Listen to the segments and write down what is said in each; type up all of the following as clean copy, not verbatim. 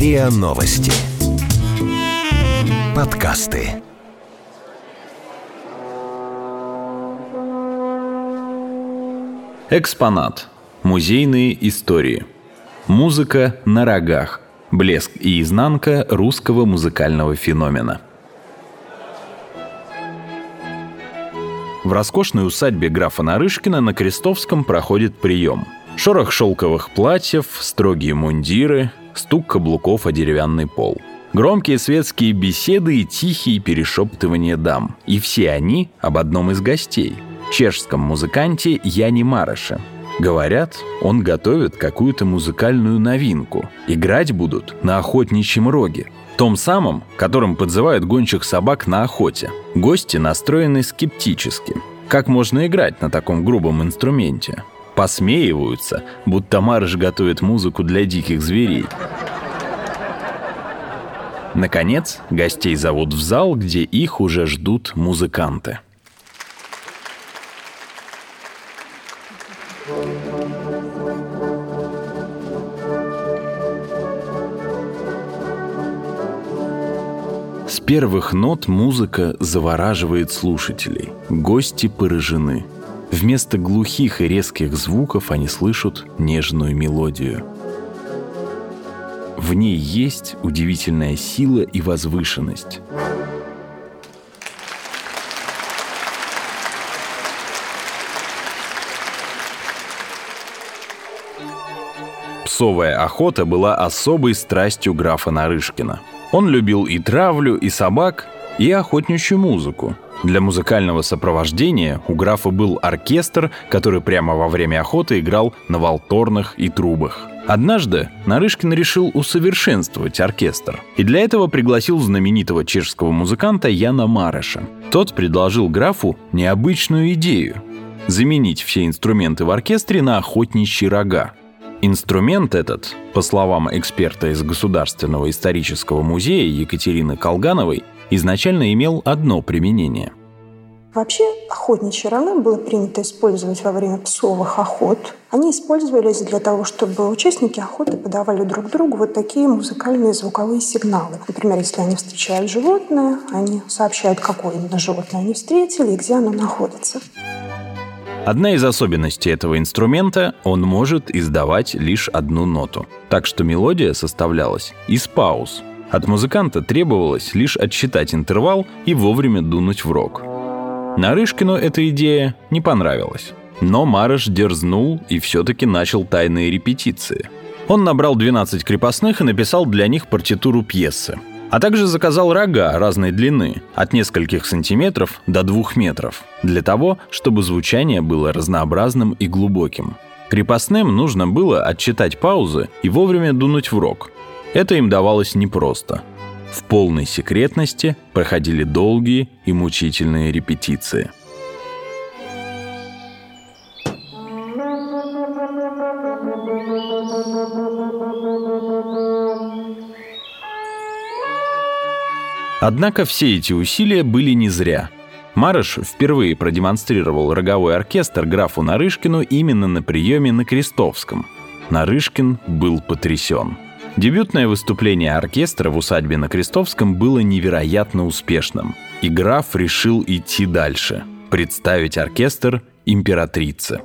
РИА Новости. Подкасты. Экспонат. Музейные истории. Музыка на рогах. Блеск и изнанка русского музыкального феномена. В роскошной усадьбе графа Нарышкина на Крестовском проходит прием. Шорох шелковых платьев, строгие мундиры, стук каблуков о деревянный пол. Громкие светские беседы и тихие перешептывания дам. И все они об одном из гостей – чешском музыканте Яне Мареше. Говорят, он готовит какую-то музыкальную новинку. Играть будут на охотничьем роге. Том самом, которым подзывают гончих собак на охоте. Гости настроены скептически. Как можно играть на таком грубом инструменте? Посмеиваются, будто Мареш готовит музыку для диких зверей. Наконец, гостей зовут в зал, где их уже ждут музыканты. С первых нот музыка завораживает слушателей. Гости поражены. Вместо глухих и резких звуков они слышат нежную мелодию. В ней есть удивительная сила и возвышенность. Псовая охота была особой страстью графа Нарышкина. Он любил и травлю, и собак, и охотничью музыку. Для музыкального сопровождения у графа был оркестр, который прямо во время охоты играл на валторнах и трубах. Однажды Нарышкин решил усовершенствовать оркестр, и для этого пригласил знаменитого чешского музыканта Яна Мареша. Тот предложил графу необычную идею – заменить все инструменты в оркестре на охотничьи рога. Инструмент этот, по словам эксперта из Государственного исторического музея Екатерины Колгановой, изначально имел одно применение. Вообще, охотничьи рога было принято использовать во время псовых охот. Они использовались для того, чтобы участники охоты подавали друг другу вот такие музыкальные звуковые сигналы. Например, если они встречают животное, они сообщают, какое именно животное они встретили и где оно находится. Одна из особенностей этого инструмента – он может издавать лишь одну ноту. Так что мелодия составлялась из пауз. От музыканта требовалось лишь отсчитать интервал и вовремя дунуть в рог. Нарышкину эта идея не понравилась. Но Мареш дерзнул и все-таки начал тайные репетиции. Он набрал 12 крепостных и написал для них партитуру пьесы. А также заказал рога разной длины, от нескольких сантиметров до 2 метров, для того, чтобы звучание было разнообразным и глубоким. Крепостным нужно было отсчитать паузы и вовремя дунуть в рог. Это им давалось непросто. В полной секретности проходили долгие и мучительные репетиции. Однако все эти усилия были не зря. Мареш впервые продемонстрировал роговой оркестр графу Нарышкину именно на приеме на Крестовском. Нарышкин был потрясен. Дебютное выступление оркестра в усадьбе на Крестовском было невероятно успешным. И граф решил идти дальше, представить оркестр императрице.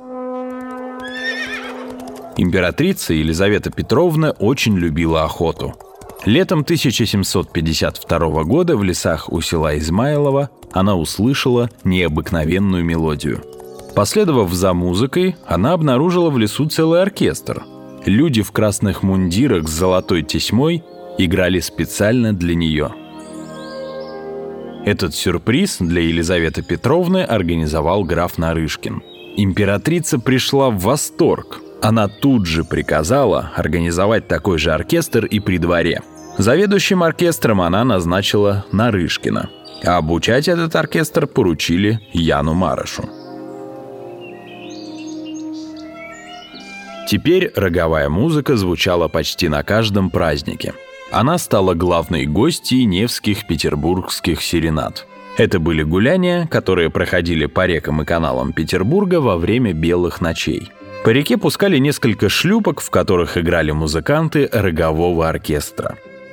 Императрица Елизавета Петровна очень любила охоту. Летом 1752 года в лесах у села Измайлово она услышала необыкновенную мелодию. Последовав за музыкой, она обнаружила в лесу целый оркестр. Люди в красных мундирах с золотой тесьмой играли специально для нее. Этот сюрприз для Елизаветы Петровны организовал граф Нарышкин. Императрица пришла в восторг. Она тут же приказала организовать такой же оркестр и при дворе. Заведующим оркестром она назначила Нарышкина, а обучать этот оркестр поручили Яну Марешу. Теперь роговая музыка звучала почти на каждом празднике. Она стала главной гостьей невских петербургских серенад. Это были гуляния, которые проходили по рекам и каналам Петербурга во время белых ночей. По реке пускали несколько шлюпок, в которых играли музыканты рогового оркестра.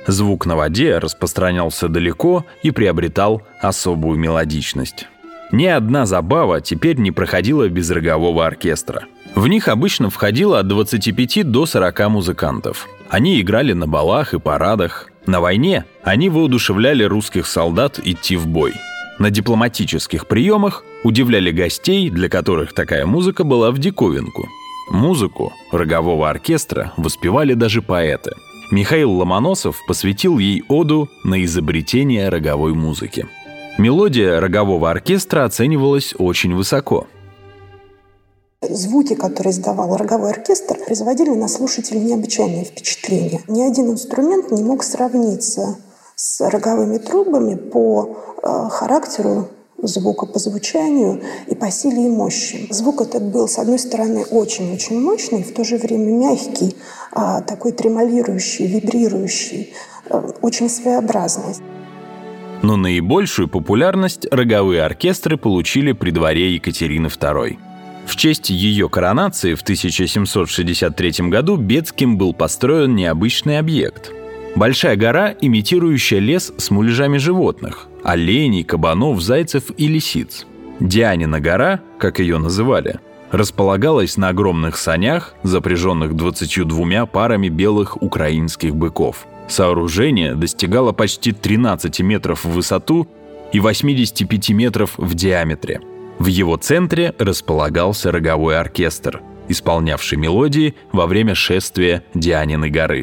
Звук на воде распространялся далеко и приобретал особую мелодичность. Ни одна забава теперь не проходила без рогового оркестра. В них обычно входило от 25 до 40 музыкантов. Они играли на балах и парадах. На войне они воодушевляли русских солдат идти в бой. На дипломатических приемах удивляли гостей, для которых такая музыка была в диковинку. Музыку рогового оркестра воспевали даже поэты. Михаил Ломоносов посвятил ей оду на изобретение роговой музыки. Мелодия рогового оркестра оценивалась очень высоко. Звуки, которые издавал роговой оркестр, производили на слушателей необычайное впечатление. Ни один инструмент не мог сравниться с роговыми трубами по характеру звука, по звучанию и по силе и мощи. Звук этот был, с одной стороны, очень-очень мощный, в то же время мягкий, такой тремолирующий, вибрирующий, очень своеобразный. Но наибольшую популярность роговые оркестры получили при дворе Екатерины II. В честь ее коронации в 1763 году Бетским был построен необычный объект. Большая гора, имитирующая лес с муляжами животных – оленей, кабанов, зайцев и лисиц. Дианина гора, как ее называли, располагалась на огромных санях, запряженных 22 парами белых украинских быков. Сооружение достигало почти 13 метров в высоту и 85 метров в диаметре. В его центре располагался роговой оркестр, исполнявший мелодии во время шествия Дианины горы.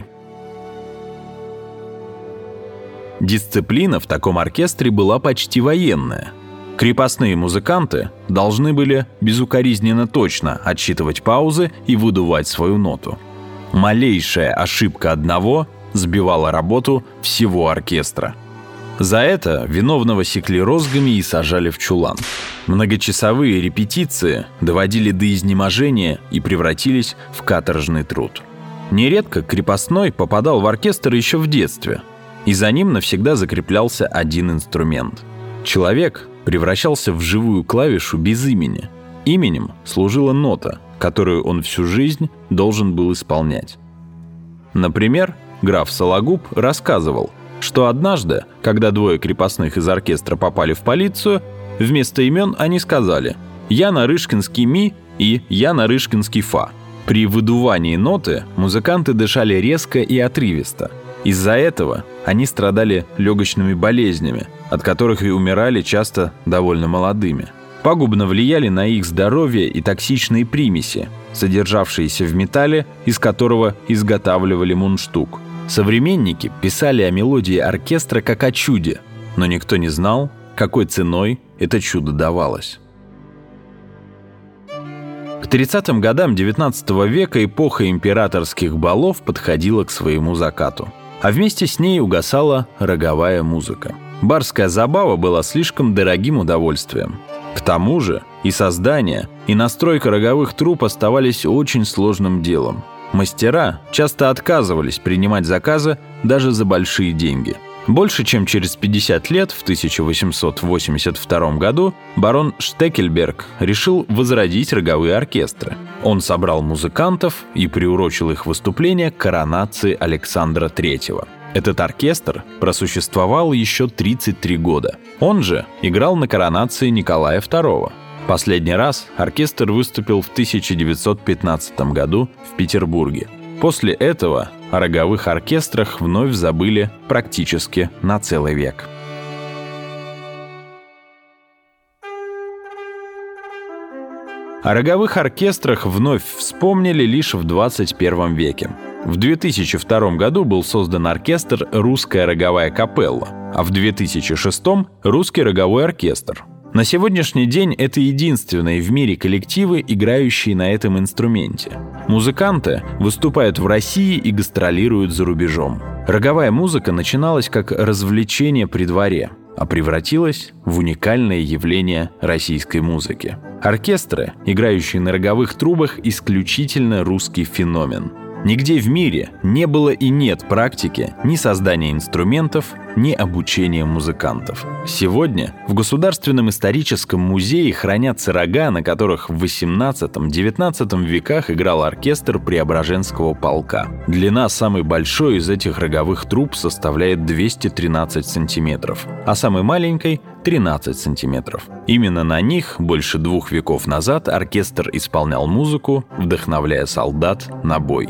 Дисциплина в таком оркестре была почти военная. Крепостные музыканты должны были безукоризненно точно отсчитывать паузы и выдувать свою ноту. Малейшая ошибка одного сбивала работу всего оркестра. За это виновного секли розгами и сажали в чулан. Многочасовые репетиции доводили до изнеможения и превратились в каторжный труд. Нередко крепостной попадал в оркестр еще в детстве, и за ним навсегда закреплялся один инструмент. Человек превращался в живую клавишу без имени. Именем служила нота, которую он всю жизнь должен был исполнять. Например, граф Сологуб рассказывал, что однажды, когда двое крепостных из оркестра попали в полицию, вместо имен они сказали «Я нарышкинский ми» и «Я нарышкинский фа». При выдувании ноты музыканты дышали резко и отрывисто. Из-за этого они страдали легочными болезнями, от которых и умирали часто довольно молодыми. Пагубно влияли на их здоровье и токсичные примеси, содержавшиеся в металле, из которого изготавливали мундштук. Современники писали о мелодии оркестра как о чуде, но никто не знал, какой ценой это чудо давалось. К 30-м годам XIX века эпоха императорских балов подходила к своему закату, а вместе с ней угасала роговая музыка. Барская забава была слишком дорогим удовольствием. К тому же и создание, и настройка роговых труб оставались очень сложным делом. Мастера часто отказывались принимать заказы даже за большие деньги. Больше чем через 50 лет, в 1882 году, барон Штекельберг решил возродить роговые оркестры. Он собрал музыкантов и приурочил их выступления к коронации Александра III. Этот оркестр просуществовал еще 33 года. Он же играл на коронации Николая II. Последний раз оркестр выступил в 1915 году в Петербурге. После этого о роговых оркестрах вновь забыли практически на целый век. О роговых оркестрах вновь вспомнили лишь в 21 веке. В 2002 году был создан оркестр «Русская роговая капелла», а в 2006 – «Русский роговой оркестр». На сегодняшний день это единственные в мире коллективы, играющие на этом инструменте. Музыканты выступают в России и гастролируют за рубежом. Роговая музыка начиналась как развлечение при дворе, а превратилась в уникальное явление российской музыки. Оркестры, играющие на роговых трубах, исключительно русский феномен. Нигде в мире не было и нет практики ни создания инструментов, ни обучением музыкантов. Сегодня в Государственном историческом музее хранятся рога, на которых в XVIII-XIX веках играл оркестр Преображенского полка. Длина самой большой из этих роговых труб составляет 213 сантиметров, а самой маленькой — 13 сантиметров. Именно на них больше 2 веков назад оркестр исполнял музыку, вдохновляя солдат на бой.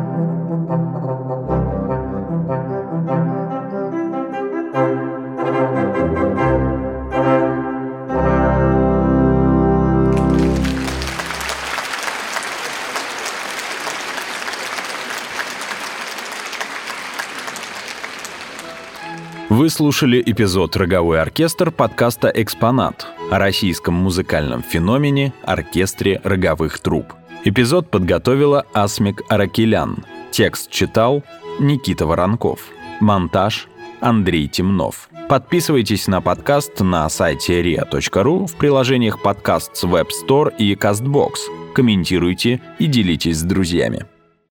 Вы слушали эпизод «Роговой оркестр» подкаста «Экспонат» о российском музыкальном феномене оркестре роговых труб. Эпизод подготовила Асмик Аракелян. Текст читал Никита Воронков. Монтаж Андрей Темнов. Подписывайтесь на подкаст на сайте ria.ru, в приложениях подкаст с Web Store и CastBox. Комментируйте и делитесь с друзьями.